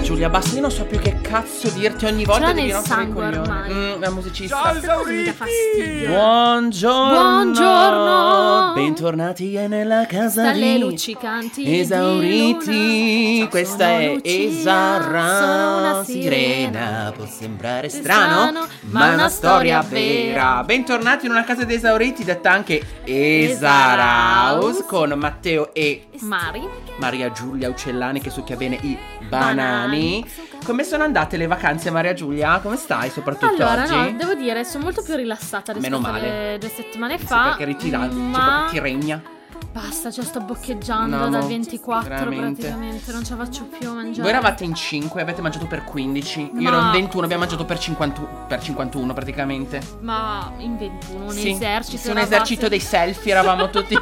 Giulia, basta, io non so più che cazzo dirti ogni volta. Ce l'ha devi nel rompere i sangue coglioni. ormai. La musicista. Questa cosa mi dà fastidio. Buongiorno. Bentornati nella casa Stalle di luccicanti Esauriti. di luna. Questa Sono è Lucia, Esarra sono una Sirena. Può sembrare strano, ma è una storia vera. Bentornati in una casa di Esauriti, detta anche Esaraus, con Matteo e Maria Giulia Uccellani che succhia bene i banani. Come sono andate le vacanze, Maria Giulia? Come stai soprattutto allora, oggi? No, devo dire, sono molto più rilassata rispetto alle 2 settimane fa. Perché ritirato, ma ti regna. basta, cioè sto boccheggiando No, dal 24 veramente. praticamente, non ce la faccio più a mangiare. Voi eravate in 5, avete mangiato per 15. Io Ma- ero in 21, abbiamo mangiato per 51 praticamente. Ma in 21, un Sì, esercito. sì, un eravate. esercito dei selfie, eravamo tutti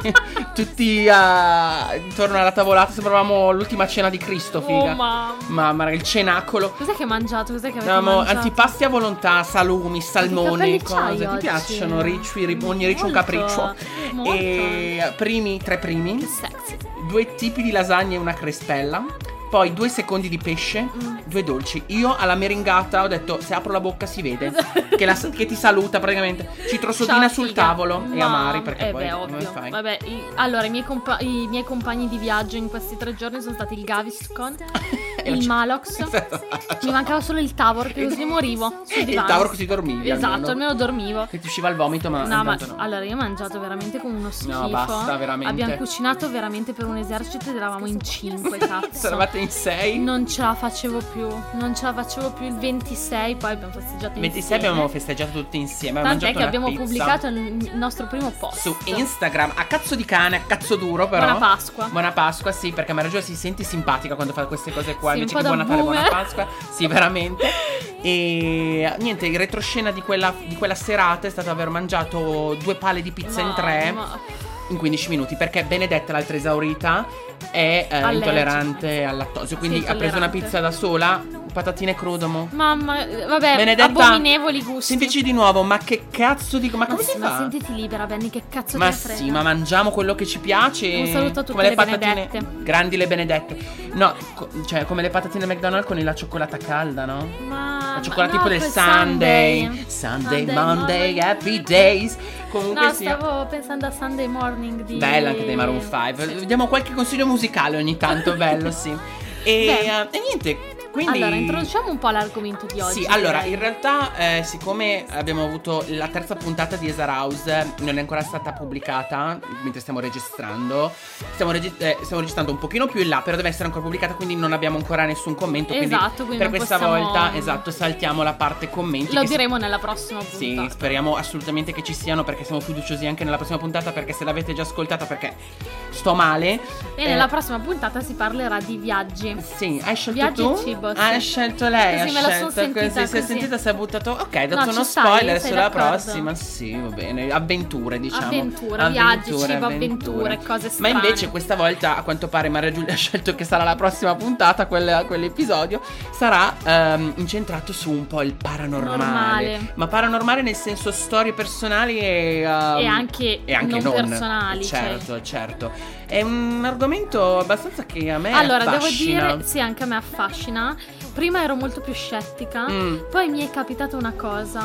intorno alla tavolata, sembravamo l'ultima cena di Cristo, figa. Oh, Mamma, il cenacolo. Cos'è che hai mangiato? Cos'è che avete Avevamo mangiato? antipasti a volontà, salumi, salmoni, Che capelli cose. c'hai Ti oggi? piacciono? Ogni riccio un Molto, capriccio. molto. E tre primi. Che sexy. 2 tipi di lasagna e una crespella. Poi 2 secondi di pesce, 2 dolci. Io alla meringata ho detto, se apro la bocca si vede che ti saluta praticamente. Citrosodina Ciao, sul figa. tavolo e Ma- amari, perché poi beh, come ovvio. fai? Vabbè, allora i miei compagni di viaggio in questi 3 giorni sono stati il Gaviscon, il Malox. Mi mancava solo il Tavor, che così morivo sul Il divano. tavolo così dormivi. Esatto, almeno dormivo. Che ti usciva il vomito, ma No, ma intanto no. allora io ho mangiato veramente come uno schifo. No, basta, veramente. Abbiamo cucinato veramente per un esercito ed eravamo in 5, cazzo. Eravate in 6. Non ce la facevo più. Il 26, poi abbiamo festeggiato Il 26 insieme. abbiamo festeggiato tutti insieme. Tant'è mangiato che abbiamo una pizza pubblicato il nostro primo post su Instagram a cazzo di cane, a cazzo duro però. Buona Pasqua. Buona Pasqua, sì, perché Maria Giulia si senti simpatica quando fa queste cose qua, Sì, invece un che po' buon da Natale, buona boomer. Pasqua. Sì, veramente. E niente, il retroscena di quella serata è stato aver mangiato 2 pale di pizza in 3 in 15 minuti, perché Benedetta, l'altra esaurita, è intollerante al lattosio, quindi Sì, ha preso una intollerante. pizza da sola, patatine crudomo. Mamma, vabbè, Benedetta, abominevoli gusti. sentici di nuovo, ma che cazzo di... Ma Ma come sì, si ma fa? sentiti libera, Benny, che cazzo Ma te ne frega? sì, ma mangiamo quello che ci piace. Un saluto a tutte come le patatine Benedette. grandi, le Benedette. No, cioè come le patatine McDonald's con la cioccolata calda, no? Ma La cioccolata no, tipo del quel Sunday, Monday, Happy Days. Comunque No, sia stavo pensando a Sunday Morning di... bella anche dei Maroon 5. Diamo qualche consiglio musicale ogni tanto, bello, sì. E niente, quindi Allora, introduciamo un po' l'argomento di oggi. sì, allora, direi. in realtà, siccome abbiamo avuto la terza puntata di Esaraus, non è ancora stata pubblicata mentre stiamo registrando. Stiamo registrando un pochino più in là, però deve essere ancora pubblicata, quindi non abbiamo ancora nessun commento. Esatto, quindi per non questa possiamo- volta, esatto, saltiamo la parte commenti. Lo che diremo nella prossima puntata. sì, speriamo assolutamente che ci siano, perché siamo fiduciosi anche nella prossima puntata, perché se l'avete già ascoltata, perché sto male. E nella prossima puntata si parlerà di viaggi. Sì, hai scelto Viaggi tu? e cibo, sì. Hai scelto lei, Così ha me la scelto son sentita così. Si è così. sentita, si è buttato. Ok, hai No, dato uno ci stai, spoiler sei sulla d'accordo? prossima. Sì, va bene. Avventure, diciamo. Avventure, viaggi, cibo, avventure, cose Ma strane. invece questa volta, a quanto pare, Maria Giulia ha scelto che sarà la prossima puntata, quell'episodio sarà incentrato su un po' il paranormale. Normale. Ma paranormale nel senso storie personali e anche non personali, Certo, certo. È un argomento abbastanza che a me Allora, devo affascina. dire, sì, anche a me affascina. Prima ero molto più scettica, poi mi è capitata una cosa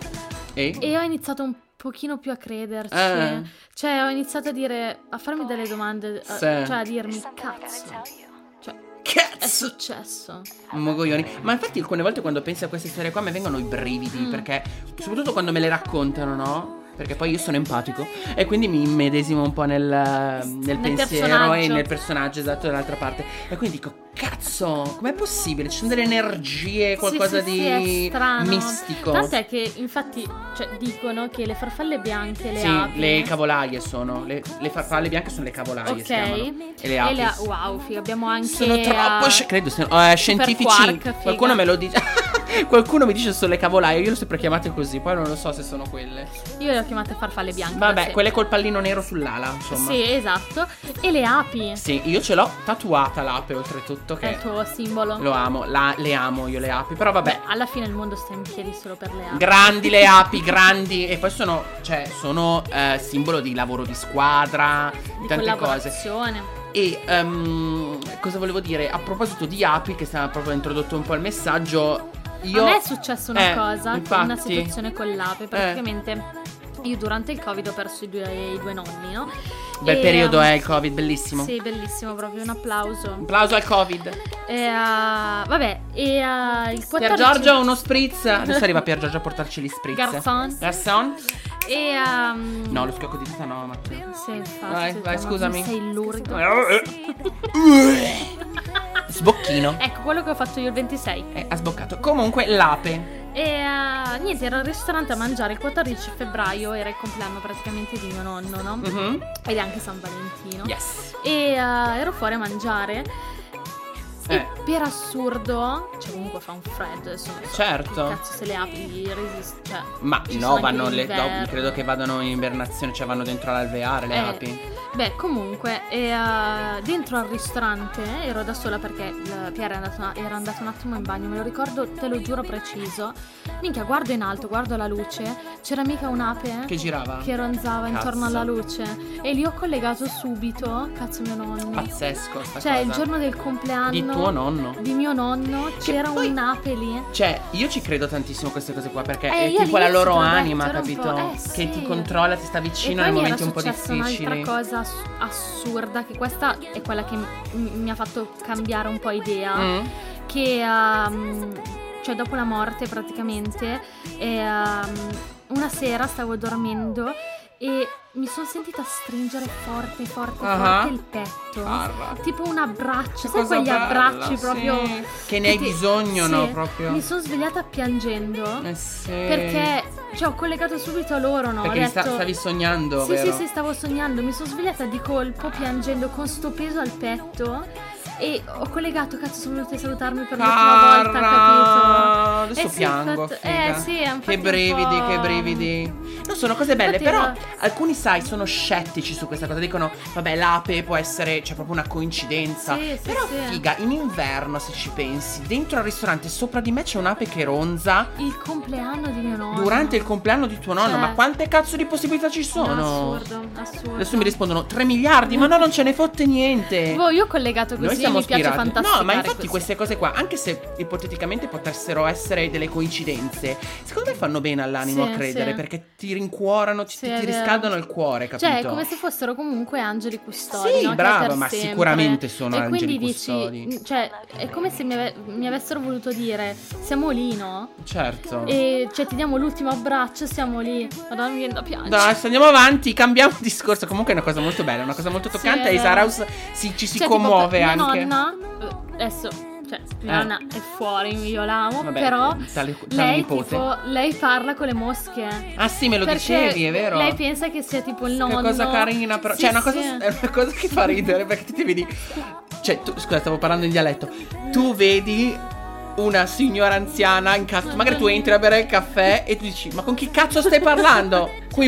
e ho iniziato un pochino più a crederci. Cioè, ho iniziato a farmi delle domande, Sì. cioè a dirmi, cazzo, cioè, è Cazzo! successo. Mogoglioni. Ma infatti alcune volte quando pensi a queste storie qua mi vengono i brividi, perché soprattutto quando me le raccontano, no? Perché poi io sono empatico e quindi mi immedesimo un po' nel pensiero personaggio. e nel personaggio esatto dall'altra parte. E quindi dico, cazzo, com'è possibile? Ci sono delle energie, qualcosa sì, è di strano. mistico. Tant'è che infatti, cioè, dicono che le farfalle bianche, le Sì, api, le cavolaie sono. Le farfalle bianche sono le cavolaie, si chiamano. ok, E le api. wow, figa, abbiamo anche Sono troppo credo siano scientifici. quark, figa. Qualcuno me lo dice. Qualcuno mi dice sono le cavolaie. Io le ho sempre chiamate così. Poi non lo so se sono quelle. Io le ho chiamate farfalle bianche. Vabbè, sì. quelle col pallino nero sull'ala, insomma. Sì, esatto. E le api. Sì, io ce l'ho tatuata l'ape, oltretutto. Che È il tuo simbolo. lo amo. Le amo io le api. Però vabbè. Alla fine il mondo sta in piedi solo per le api. Grandi le api, grandi. E poi sono simbolo di lavoro di squadra, di tante cose. Collaborazione. E cosa volevo dire? A proposito di api, che sta proprio introdotto un po' il messaggio, a me è successa una cosa, infatti, una situazione con l'ape. Praticamente io durante il Covid ho perso i due nonni, no? Bel periodo il Covid, bellissimo. Sì, bellissimo, proprio un applauso. Applauso al Covid. Vabbè, il 14... Pier Giorgio uno spritz. Adesso arriva Pier Giorgio a portarci gli spritz. Garçon. E no, lo schiocco di dita no, Matteo. Sì, infatti. Vai, scusami. Sei lurido. Sbocchino. Ecco, quello che ho fatto io il 26. Ha sboccato. Comunque, l'ape. E niente, ero al ristorante a mangiare il 14 febbraio, era il compleanno praticamente di mio nonno, no? Mm-hmm. Ed è anche San Valentino. Yes. E ero fuori a mangiare. E per assurdo, cioè comunque fa un freddo adesso. Certo. Che cazzo se le api resistono? Cioè, ma no, credo che vadano in ibernazione, cioè vanno dentro all'alveare le api. Beh, comunque, dentro al ristorante ero da sola perché Pier era andato un attimo in bagno, me lo ricordo, te lo giuro preciso. Minchia, guardo in alto, guardo la luce, c'era mica un'ape che girava, che ronzava intorno alla luce. E lì ho collegato subito, cazzo mio nonno. Pazzesco sta cioè, cosa. Il giorno del compleanno di tuo nonno, di mio nonno, c'era un'ape lì. Cioè, io ci credo tantissimo a queste cose qua, perché è tipo la loro anima, capito? Che ti controlla, ti sta vicino nei momenti un po' difficili. Un'altra cosa assurda, che questa è quella che mi ha fatto cambiare un po' idea, che cioè dopo la morte praticamente una sera stavo dormendo e mi sono sentita stringere forte il petto. Tipo un abbraccio, sai quegli abbracci proprio che ne hai bisogno, no? Proprio. Mi sono svegliata piangendo. Sì. Perché ho collegato subito a loro, no? Perché stavi sognando, vero? Sì, stavo sognando. Mi sono svegliata di colpo piangendo con sto peso al petto. E ho collegato, cazzo, sono venuti a salutarmi per l'ultima volta, capito? Adesso piango. Sì, che brividi. No, sono cose belle, però alcuni, sai, sono scettici su questa cosa. Dicono, vabbè, l'ape può essere, c'è proprio una coincidenza. Però figa, in inverno, se ci pensi, dentro al ristorante sopra di me c'è un'ape che ronza. Il compleanno di mio nonno. Durante il compleanno di tuo nonno. Ma quante cazzo di possibilità ci sono? Assurdo. Adesso mi rispondono 3 miliardi, ma no, non ce ne fotte niente. Io ho collegato così. Mi piace fantasticare. No, ma infatti queste cose qua, anche se ipoteticamente potessero essere delle coincidenze, secondo me fanno bene all'animo a credere, perché ti rincuorano, ti riscaldano il cuore, capito? Cioè, è come se fossero comunque angeli custodi. Sì, no? brava, ma sicuramente sono angeli custodi. Quindi dici, cioè, è come se mi avessero voluto dire, siamo lì, no? Certo. E cioè ti diamo l'ultimo abbraccio, siamo lì. Madonna, mi viene da piangere. Dai, andiamo avanti, cambiamo discorso. Comunque è una cosa molto bella, una cosa molto toccante. E Saraus ci si commuove tipo, anche. Mia nonna, adesso, cioè, mia nonna è fuori, io l'amo. Vabbè, però lei lei parla con le mosche. Ah sì, me lo dicevi, è vero? Lei pensa che sia tipo il nonno. Che cosa carina, però. Cioè, è una cosa che fa ridere, perché ti vedi. Cioè, scusa, stavo parlando in dialetto. Tu vedi una signora anziana in caffè. Magari tu entri a bere il caffè e tu dici, ma con chi cazzo stai parlando? Coi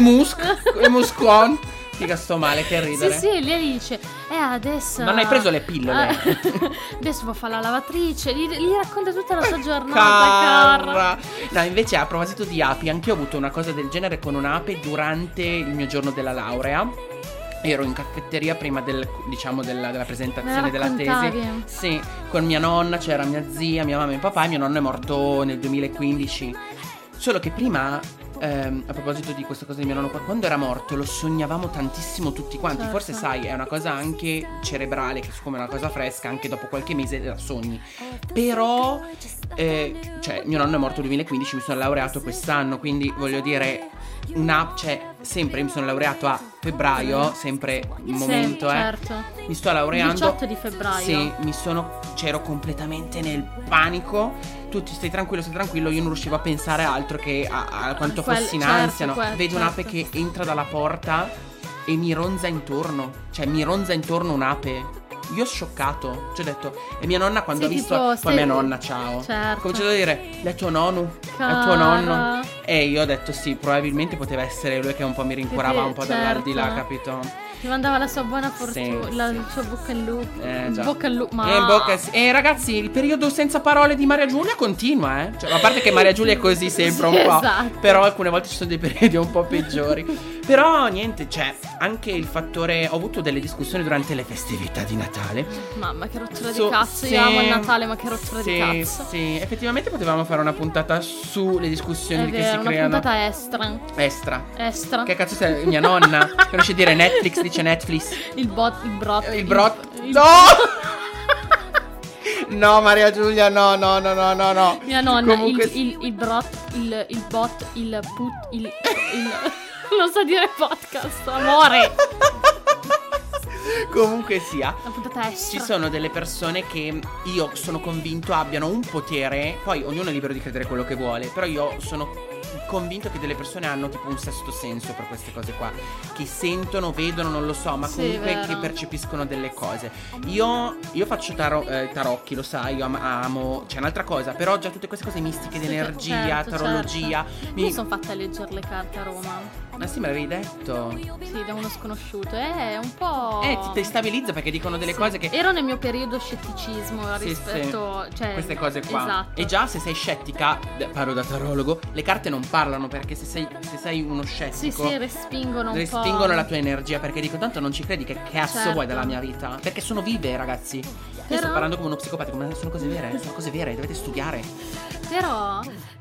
muscon. Figa, sto male, che ridere. Sì, lei dice, adesso non hai preso le pillole? Adesso va a fare la lavatrice. Gli racconta tutta la sua giornata, cara. No, invece a proposito di api, anche io ho avuto una cosa del genere con un'ape durante il mio giorno della laurea. Ero in caffetteria prima della presentazione della tesi. Sì, con mia nonna, c'era mia zia, mia mamma e mio papà, e mio nonno è morto nel 2015. Solo che prima, a proposito di questa cosa di mio nonno, quando era morto lo sognavamo tantissimo tutti quanti. Certo. Forse sai, è una cosa anche cerebrale, che siccome è una cosa fresca, anche dopo qualche mese la sogni. Però cioè mio nonno è morto nel 2015, mi sono laureato quest'anno, quindi voglio dire, sempre mi sono laureato a febbraio, sempre un momento, certo. Mi sto laureando 18 di febbraio. Sì, c'ero completamente nel panico. Tutti stai tranquillo, io non riuscivo a pensare altro che a quanto fossi in ansia, no? Vedo un'ape che entra dalla porta e mi ronza intorno. Cioè mi ronza intorno un'ape. Io scioccato, ci ho detto. E mia nonna quando ha visto, poi mia nonna, ciao, certo. Ho cominciato a dire, è tuo nonno, è tuo nonno. E io ho detto sì, probabilmente poteva essere lui che un po' mi rincuorava un po' dall'aldilà, capito? Ti mandava la sua buona fortuna, il suo bocca al lupo. Bocca al lupo, ragazzi, il periodo senza parole di Maria Giulia continua, Cioè, a parte che Maria Giulia è così sempre un po', esatto. Però alcune volte ci sono dei periodi un po' peggiori. Però niente, cioè, anche il fattore, ho avuto delle discussioni durante le festività di Natale. Mamma, che rottura di cazzo. Io amo il Natale, ma che rottura di cazzo. Sì, effettivamente potevamo fare una puntata sulle discussioni che si creano. Una puntata Estra. Che cazzo sei? Mia nonna. Conosci dire Netflix, dice Netflix. Il brot. No! No, Maria Giulia, no. Mia nonna, comunque... il bot, non so dire podcast, amore. Comunque sia, la puntata ci sono delle persone che io sono convinto abbiano un potere. Poi ognuno è libero di credere quello che vuole, però io sono convinto che delle persone hanno tipo un sesto senso per queste cose qua, che sentono, vedono, non lo so, ma comunque che percepiscono delle cose. Io faccio tarocchi, lo sai, io amo, c'è un'altra cosa, però già tutte queste cose mistiche di energia, tarologia. Mi sono fatta leggere le carte a Roma. Ah sì, me l'avevi detto? Sì, da uno sconosciuto. È un po'... ti stabilizza perché dicono delle cose che... Ero nel mio periodo scetticismo rispetto... Cioè, queste cose qua. Esatto. E già se sei scettica, parlo da tarologo, le carte non parlano, perché se sei uno scettico... Sì, respingono la tua energia, perché dico, tanto non ci credi, che cazzo vuoi dalla mia vita? Perché sono vive, ragazzi. Io sto parlando come uno psicopatico, ma sono cose vere, dovete studiare. Però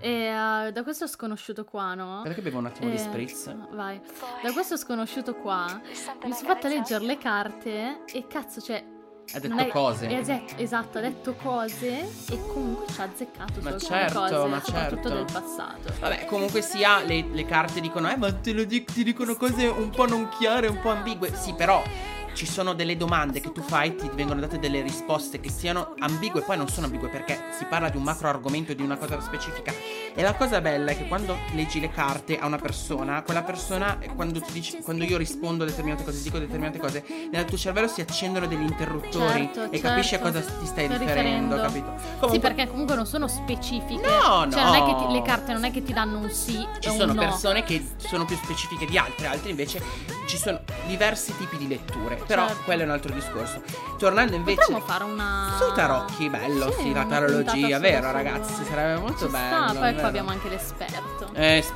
da questo sconosciuto qua, no? Perché bevo un attimo di spritz? Vai. Da questo sconosciuto qua mi sono fatta leggere le carte e cazzo, cioè... Ha detto cose. Esatto, ha detto cose e comunque ci ha azzeccato su alcune cose, soprattutto del passato. Vabbè, comunque sia, le carte dicono ma ti dicono cose un po' non chiare, un po' ambigue. Sì, però ci sono delle domande che tu fai, ti vengono date delle risposte che siano ambigue, poi non sono ambigue perché si parla di un macro argomento, di una cosa specifica. E la cosa bella è che quando leggi le carte a una persona, quella persona, quando io rispondo a determinate cose, dico determinate cose, nel tuo cervello si accendono degli interruttori e capisci a cosa ti stai riferendo, capito? Comunque, sì, perché comunque non sono specifiche. No. Cioè non è che le carte non è che ti danno un sì. Ci sono persone che sono più specifiche di altre invece ci sono diversi tipi di letture. Però quello è un altro discorso. Tornando invece, potremmo fare una... sui tarocchi, bello, sì, la tarologia, vero ragazzi, sarebbe molto bello. Poi qua abbiamo anche l'esperto.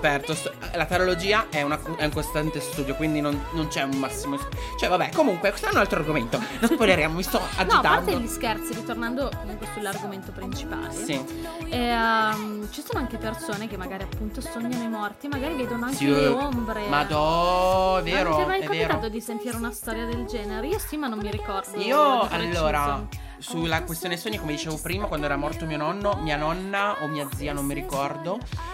La tarologia è un costante studio, quindi non c'è un massimo. Cioè vabbè, comunque questo è un altro argomento. Non spoileriamo, mi sto agitando. No, a parte gli scherzi, ritornando comunque sull'argomento principale. Sì. Ci sono anche persone che magari appunto sognano i morti, magari vedono anche le ombre. Madò, è vero. Non ti è mai capitato di sentire una storia del genere? Io sì, ma non mi ricordo. Io allora, sulla questione sogni, come dicevo prima, quando era morto mio nonno, mia nonna o mia zia, non mi ricordo,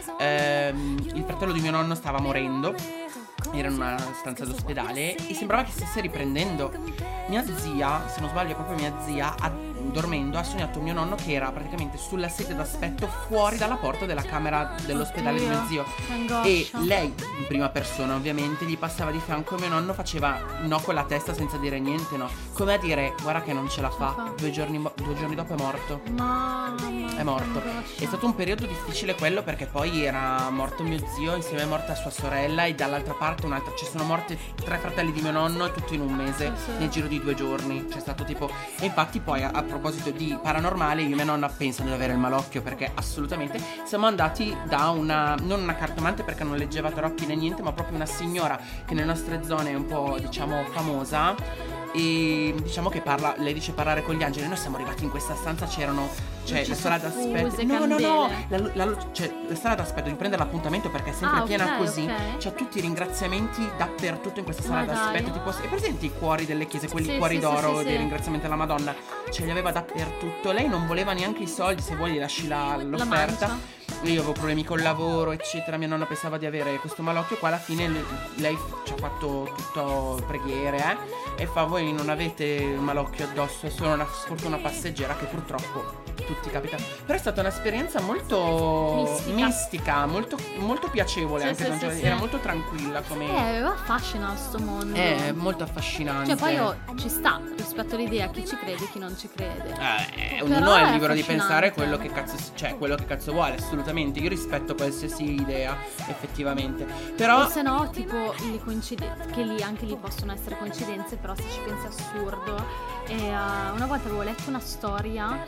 il fratello di mio nonno stava morendo, era in una stanza d'ospedale e sembrava che stesse riprendendo. Mia zia, se non sbaglio è proprio mia zia, dormendo ha sognato mio nonno che era praticamente sulla sedia d'aspetto fuori dalla porta della camera dell'ospedale di mio zio. E lei, in prima persona ovviamente, gli passava di fianco e mio nonno faceva no con la testa senza dire niente, no, come a dire guarda che non ce la fa. 2 giorni dopo è morto. È morto. È stato un periodo difficile quello, perché poi era morto mio zio, insieme è morta sua sorella e dall'altra parte un'altra. Ci sono morti 3 fratelli di mio nonno, tutto in un mese, nel giro di 2 giorni. C'è stato tipo... E infatti poi a proposito di paranormale, io e mia nonna pensano di avere il malocchio, perché assolutamente siamo andati da non una cartomante, perché non leggeva tarocchi né niente, ma proprio una signora che nelle nostre zone è un po', diciamo, famosa, e diciamo che lei dice parlare con gli angeli. Noi siamo arrivati in questa stanza, c'erano, cioè, la sala d'aspetto, no, la sala d'aspetto di prendere l'appuntamento, perché è sempre piena così. C'ha tutti i ringraziamenti dappertutto in questa sala d'aspetto, tipo, e presenti i cuori delle chiese, quelli cuori d'oro di ringraziamento alla Madonna, ce li aveva dappertutto. Lei non voleva neanche i soldi, se vuoi lasci l'offerta. Io avevo problemi col lavoro, eccetera. Mia nonna pensava di avere questo malocchio qua. Alla fine lei ci ha fatto tutto preghiere, e fa: voi non avete il malocchio addosso, è solo una sfortuna passeggera che purtroppo tutti capita. Però è stata un'esperienza molto mistica, molto, molto piacevole, era molto tranquilla come... affascina sto mondo. È molto affascinante. Cioè poi ci sta rispetto all'idea chi ci crede e chi non ci crede. Ognuno è libero di pensare quello che cazzo vuole, assolutamente. Io rispetto qualsiasi idea, effettivamente. Però o se no, tipo le coincidenze, che anche lì possono essere coincidenze, però se ci pensi è assurdo. Una volta avevo letto una storia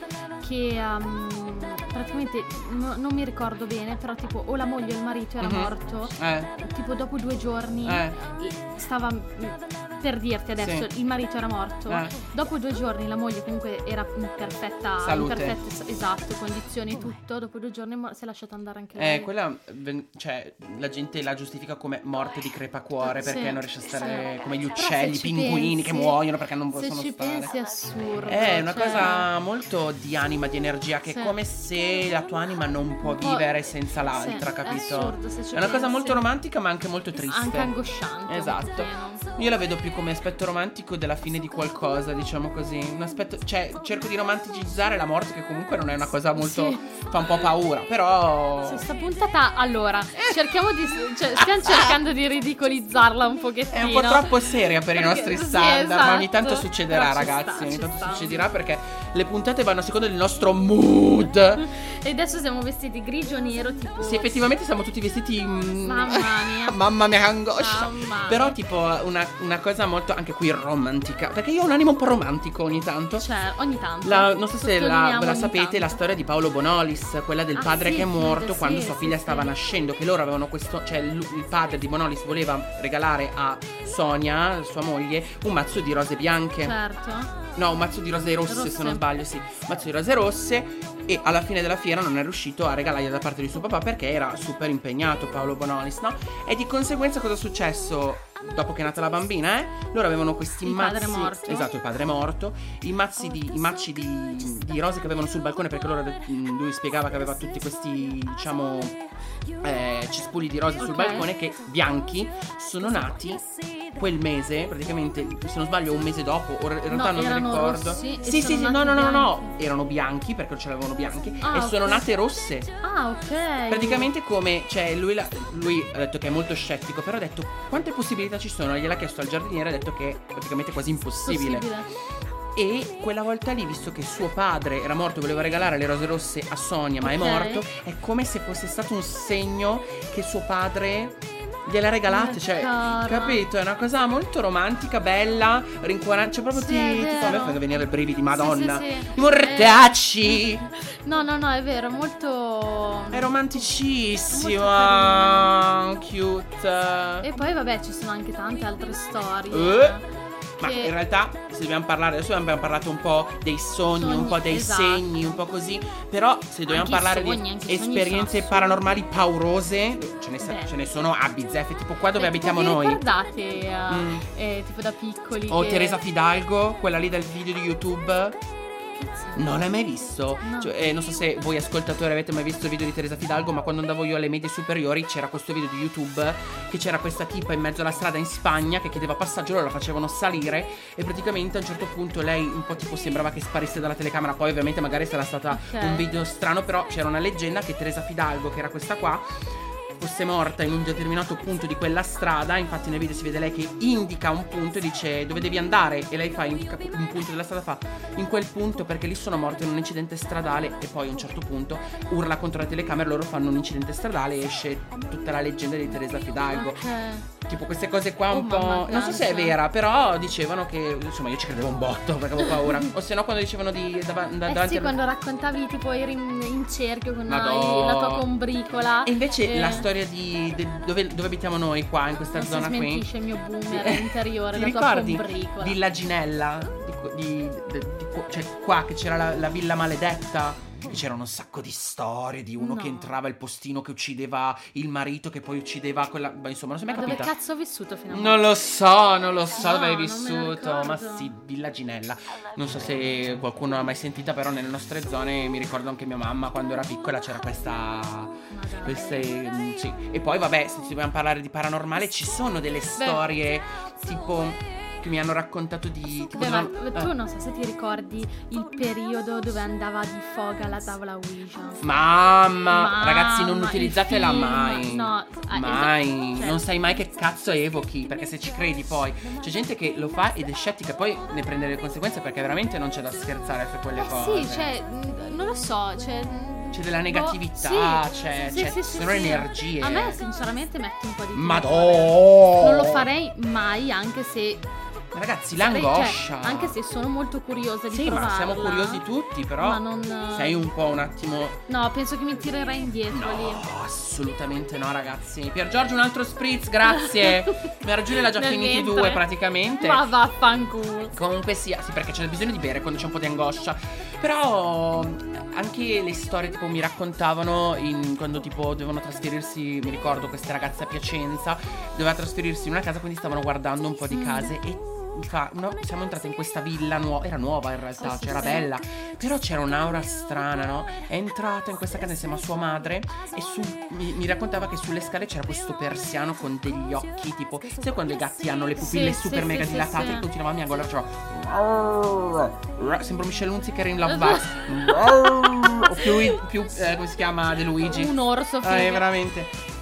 che praticamente non mi ricordo bene, però tipo o la moglie o il marito era morto, tipo dopo 2 giorni stava, per dirti adesso, il marito era morto, dopo 2 giorni la moglie comunque era in perfetta salute, in perfette, esatto, condizioni e tutto, dopo 2 giorni si è lasciata andare anche lei. Quella, cioè la gente la giustifica come morte di crepacuore, perché non riesce a stare come gli uccelli, i pinguini che muoiono perché non possono stare. Se ci pensi è assurdo. È una cosa molto di anima, di energia, che è come se la tua anima non può vivere senza l'altra, capito? È assurdo, se ci è una cosa pensi. molto romantica ma anche molto triste. Anche angosciante. Esatto. Io la vedo più come aspetto romantico della fine di qualcosa, diciamo così. Un aspetto, cioè cerco di romanticizzare la morte, che comunque non è una cosa molto, fa un po' paura, però questa puntata, allora, cerchiamo di, stiamo cercando di ridicolizzarla un pochettino. È un po' troppo seria per i nostri standard, ma ogni tanto esatto. succederà, ragazzi, ogni tanto succederà, perché le puntate vanno a seconda del nostro mood. E adesso siamo vestiti grigio o nero, tipo. Sì, effettivamente siamo tutti vestiti. Mamma mia. Mamma mia, che angoscia. Mamma. Però tipo una cosa molto anche qui romantica, perché io ho un animo un po' romantico ogni tanto. Cioè, ogni tanto. Non so se ve la sapete, tanto. La storia di Paolo Bonolis, quella del padre che è morto quando sua figlia sì. stava nascendo, che loro avevano questo, cioè il padre di Bonolis voleva regalare a Sonia, sua moglie, un mazzo di rose bianche. Certo. No, un mazzo di rose rosse, se non sbaglio, sì. Un mazzo di rose rosse. E alla fine della fiera non è riuscito a regalargli da parte di suo papà, perché era super impegnato Paolo Bonolis, no? E di conseguenza cosa è successo? Dopo che è nata la bambina, loro avevano questi mazzi. Il padre morto. Esatto, il padre è morto. I macci di rose che avevano sul balcone, perché lui spiegava che aveva tutti questi, diciamo, cespugli di rose sul balcone, che bianchi, sono nati quel mese, praticamente, se non sbaglio un mese dopo, in realtà non mi ricordo. Sì, no, erano bianchi, perché ce l'avevano bianchi, e sono nate rosse. Ah, ok. Praticamente come, cioè lui ha detto che è molto scettico, però ha detto quante possibilità ci sono, gliel'ha chiesto al giardiniere, ha detto che è praticamente quasi impossibile. E quella volta lì, visto che suo padre era morto, voleva regalare le rose rosse a Sonia, ma è morto, è come se fosse stato un segno che suo padre gliela regalate, cioè, capito? È una cosa molto romantica, bella, rincuorante, cioè proprio tipo a me fa venire i brividi, madonna. I mortacci. No, è vero, molto. È romanticissima, cute. E poi vabbè, ci sono anche tante altre storie. Ma in realtà, se dobbiamo parlare, adesso abbiamo parlato un po' dei sogni, un po' dei segni, un po' così. Però se dobbiamo parlare di esperienze paranormali paurose, ce ne sono a bizzeffe, tipo qua dove abitiamo noi. Ricordate, tipo da piccoli. O Teresa Fidalgo, quella lì del video di YouTube. Non l'hai mai visto? No. Cioè, non so se voi ascoltatori avete mai visto il video di Teresa Fidalgo, ma quando andavo io alle medie superiori c'era questo video di YouTube, che c'era questa tipa in mezzo alla strada in Spagna che chiedeva passaggio, loro la facevano salire e praticamente a un certo punto lei un po' tipo sembrava che sparisse dalla telecamera. Poi ovviamente magari sarà stata un video strano, però c'era una leggenda che Teresa Fidalgo, che era questa qua, fosse morta in un determinato punto di quella strada. Infatti nel video si vede lei che indica un punto e dice dove devi andare, e lei indica un punto della strada, fa in quel punto perché lì sono morte in un incidente stradale, e poi a un certo punto urla contro la telecamera, loro fanno un incidente stradale e esce tutta la leggenda di Teresa Fidalgo. Tipo queste cose qua un po', non so se è vera, però dicevano che, insomma, io ci credevo un botto perché avevo paura. O se no quando dicevano di davanti quando raccontavi tipo eri in cerchio con la tua combricola. E invece la storia di dove abitiamo noi qua in questa zona qui. Smentisce il mio boomer interiore. Ti la tua ricordi combricola. di Laginella? Cioè qua che c'era la villa maledetta, che c'erano un sacco di storie di uno che entrava, il postino che uccideva il marito, che poi uccideva quella, insomma, non si è mai capita. Dove cazzo ho vissuto finalmente? Non lo so dove hai vissuto. Ma sì, Villa Ginella. Non so se qualcuno l'ha mai sentita, però nelle nostre zone mi ricordo anche mia mamma quando era piccola c'era sì. E poi vabbè, se dobbiamo parlare di paranormale, ci sono delle storie tipo che mi hanno raccontato di tipo tu non so se ti ricordi il periodo dove andava di foga la tavola Ouija. Mamma, ragazzi, non utilizzatela mai. No, mai. Cioè, non sai mai che cazzo evochi, perché se ci credi poi c'è gente che lo fa ed è scettica, poi ne prende le conseguenze, perché veramente non c'è da scherzare su quelle cose. Sì, cioè, non lo so, c'è della negatività, sono energie. A me sinceramente mette un po' di Madonna. Non lo farei mai, anche se Ragazzi, l'angoscia. Cioè, anche se sono molto curiosa di provarla. Sì, ma siamo curiosi tutti, però sei un po' un attimo... No, penso che mi tirerei indietro lì. No, assolutamente no, ragazzi. Pier Giorgio, un altro spritz, grazie. Mia Giulia l'ha già finiti 2 praticamente. Ma vaffanculo. Comunque sì, perché c'è bisogno di bere quando c'è un po' di angoscia. Però anche le storie tipo mi raccontavano quando tipo dovevano trasferirsi, mi ricordo queste ragazze a Piacenza, doveva trasferirsi in una casa, quindi stavano guardando un po' di case e siamo entrati in questa villa nuova, era nuova in realtà, era bella, però c'era un'aura strana, no? È entrata in questa casa insieme a sua madre e mi raccontava che sulle scale c'era questo persiano con degli occhi tipo, sai quando i gatti hanno le pupille super mega dilatate e continuava a mia gola, cioè sembra Michelle Hunziker in Love Bus o più come si chiama, De Luigi, un orso veramente.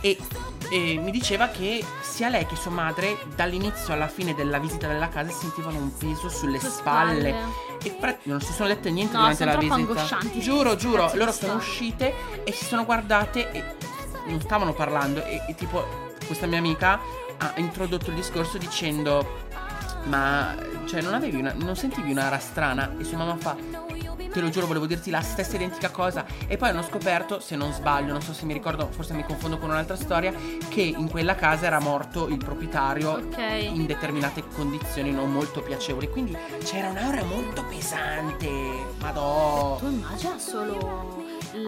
E mi diceva che sia lei che sua madre dall'inizio alla fine della visita della casa sentivano un peso sulle spalle. E non si sono lette niente durante la visita. Giuro, loro sono uscite e si sono guardate e non stavano parlando e tipo questa mia amica ha introdotto il discorso dicendo: ma cioè non sentivi un'aura strana? E sua mamma fa: te lo giuro, volevo dirti la stessa identica cosa. E poi hanno scoperto, se non sbaglio, non so se mi ricordo, forse mi confondo con un'altra storia, che in quella casa era morto il proprietario in determinate condizioni non molto piacevoli. Quindi c'era un'aura molto pesante. Madò. Tu immagina solo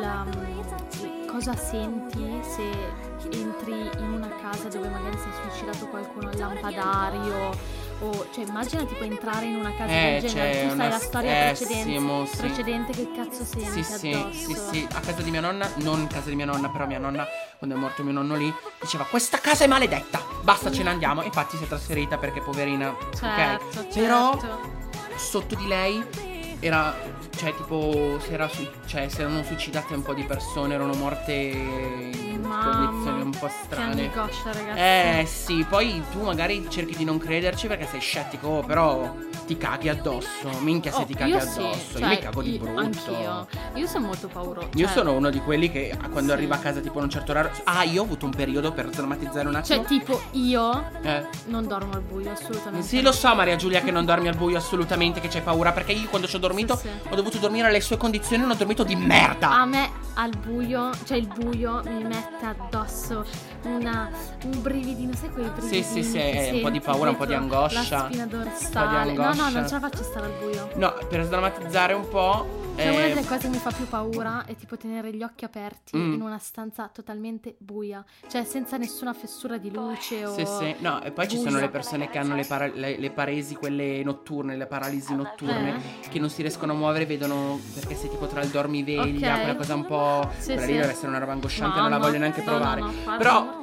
cosa senti se entri in una casa dove magari si è suicidato qualcuno, al lampadario. Cioè immagina tipo entrare in una casa del genere. Tu sai la storia precedente che cazzo senti addosso. Sì, a casa di mia nonna, non in casa di mia nonna, però mia nonna, quando è morto mio nonno lì, diceva: questa casa è maledetta, basta, ce ne andiamo. Infatti si è trasferita perché poverina. Certo. Però sotto di lei era, cioè tipo si erano suicidate un po' di persone, erano morte in condizioni un po' strane. Che angoscia, ragazzi. Sì, poi tu magari cerchi di non crederci perché sei scettico, però ti caghi addosso. Minchia se ti caghi addosso. Sì, io mi cago di brutto. Anch'io. Io sono molto pauroso. Io sono uno di quelli che quando arriva a casa tipo a un certo orario. Io ho avuto un periodo, per drammatizzare un attimo. Cioè tipo io non dormo al buio assolutamente. Sì, lo so, Maria Giulia, che non dormi al buio assolutamente, che c'hai paura, perché io quando ci ho dormito ho dovuto dormire alle sue condizioni e non ho dormito di merda. A me al buio, cioè il buio mi mette addosso un brividino, sai quei brividini? Sì, un po' di paura, un po' di angoscia. La spina dorsale. No, non ce la faccio stare al buio. No, per sdrammatizzare un po'. Cioè una delle cose che mi fa più paura è tipo tenere gli occhi aperti in una stanza totalmente buia, cioè senza nessuna fessura di luce o Sì, no, e poi ci sono le persone che hanno le paresi, quelle notturne, le paralisi notturne, che non si riescono a muovere, vedono, perché se tipo tra il dormiveglia, quella cosa un po', quella lì deve essere una roba angosciante, non la voglio neanche provare. Però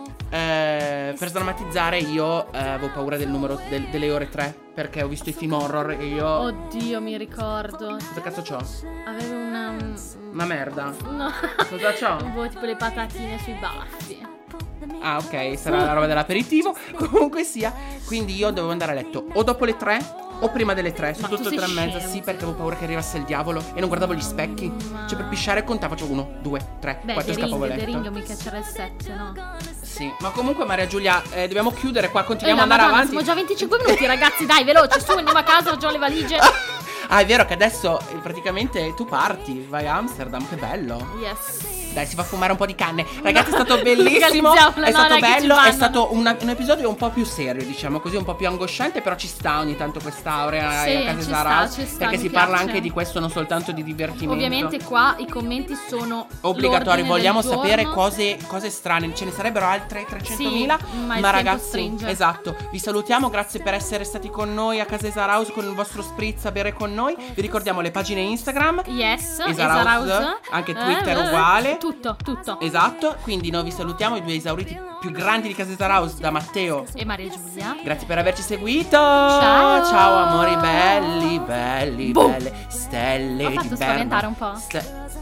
per sdrammatizzare io avevo paura del numero delle ore 3, perché ho visto i film horror e io... Oddio, mi ricordo. Cosa cazzo c'ho? Avevo una merda. No. Cosa c'ho? Un po' tipo le patatine sui baffi. Ah, ok, sarà la roba dell'aperitivo. Comunque sia. Quindi io dovevo andare a letto o dopo le 3 o prima delle 3, soprattutto 3 e mezza. Sì, perché avevo paura che arrivasse il diavolo e non guardavo gli specchi. Cioè per pisciare contavo, facevo 1, 2, 3, 4 e scappavo a letto. Ring mica c'era il 7, no? Sì, ma comunque Maria Giulia, dobbiamo chiudere qua, continuiamo ad andare avanti. Siamo già 25 minuti, ragazzi, dai, veloci, su, andiamo a casa, ho già le valigie. Ah, è vero che adesso praticamente tu parti, vai a Amsterdam, che bello. Yes. Dai, si fa fumare un po' di canne. Ragazzi, è stato bellissimo. È stato bello. È stato un episodio un po' più serio, diciamo così, un po' più angosciante. Però ci sta ogni tanto quest'aurea a casa Zara, perché si parla anche di questo, non soltanto di divertimento. Ovviamente qua i commenti sono obbligatori. Vogliamo sapere cose strane. Ce ne sarebbero altre 300.000. Ma ragazzi, esatto, vi salutiamo. Grazie per essere stati con noi a casa Zara House con il vostro spritz a bere con noi. Vi ricordiamo le pagine Instagram. Yes, Zara House. Anche Twitter uguale. Tutto. Esatto, quindi noi vi salutiamo, i due esauriti più grandi di Casa Zara House, da Matteo e Maria Giulia. Grazie per averci seguito. Ciao amori belli, belle stelle. Ho fatto spaventare un po'.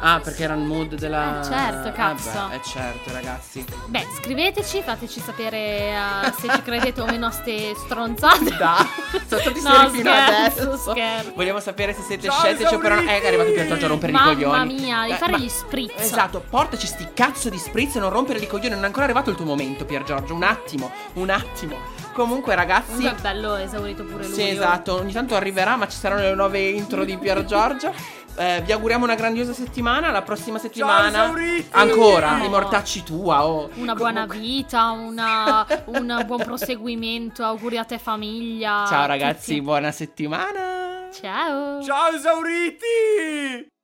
Ah, perché era il mood della... certo, cazzo. Certo, ragazzi. Beh, scriveteci, fateci sapere se ci credete o meno a ste stronzate. Sono stati seri fino adesso. Scherzo. Vogliamo sapere se siete scettici oppure no. È arrivato Pier Giorgio a rompere i coglioni. Mamma mia, devi fare gli spritz. Esatto, portaci sti cazzo di spritz e non rompere i coglioni. Non è ancora arrivato il tuo momento, Pier Giorgio. Un attimo. Comunque, ragazzi, è bello esaurito pure lui. Sì, esatto, ogni tanto arriverà, ma ci saranno le nuove intro di Pier Giorgio. Vi auguriamo una grandiosa settimana. La prossima settimana ancora i mortacci tua. Una buona vita, un buon proseguimento. Auguri a te famiglia. Ciao ragazzi, buona settimana. Ciao. Ciao esauriti.